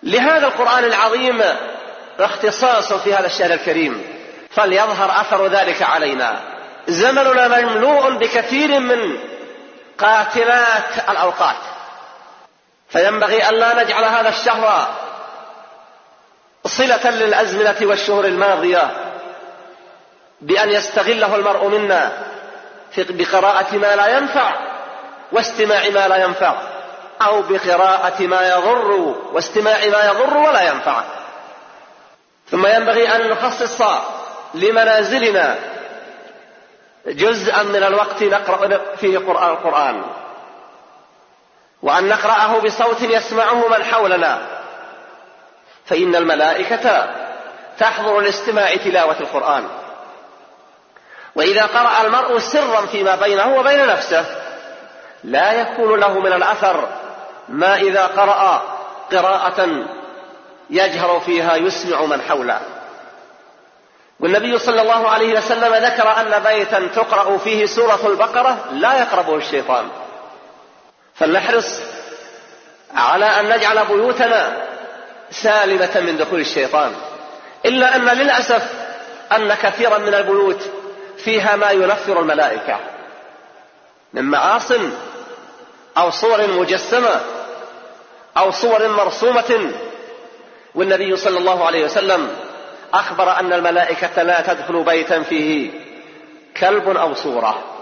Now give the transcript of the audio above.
لهذا القرآن العظيم اختصاص في هذا الشهر الكريم، فليظهر أثر ذلك علينا. زمننا مملوء بكثير من قاتلات الأوقات، فينبغي أن لا نجعل هذا الشهر صلة للأزمنة والشهور الماضية بأن يستغله المرء منا بقراءة ما لا ينفع واستماع ما لا ينفع، أو بقراءة ما يضر واستماع ما يضر ولا ينفع. ثم ينبغي أن نخصص لمنازلنا جزءا من الوقت نقرأ فيه القرآن، وأن نقرأه بصوت يسمعه من حولنا، فإن الملائكة تحضر لاستماع تلاوة القرآن. وإذا قرأ المرء سرا فيما بينه وبين نفسه لا يكون له من الأثر ما إذا قرأ قراءة يجهر فيها يسمع من حوله. والنبي صلى الله عليه وسلم ذكر أن بيتا تقرأ فيه سورة البقرة لا يقربه الشيطان. فلنحرص على أن نجعل بيوتنا سالمة من دخول الشيطان، إلا أن للأسف أن كثيرا من البيوت فيها ما ينفر الملائكة من معاصٍ أو صور مجسمة أو صور مرسومة. والنبي صلى الله عليه وسلم أخبر أن الملائكة لا تدخل بيتا فيه كلب أو صورة.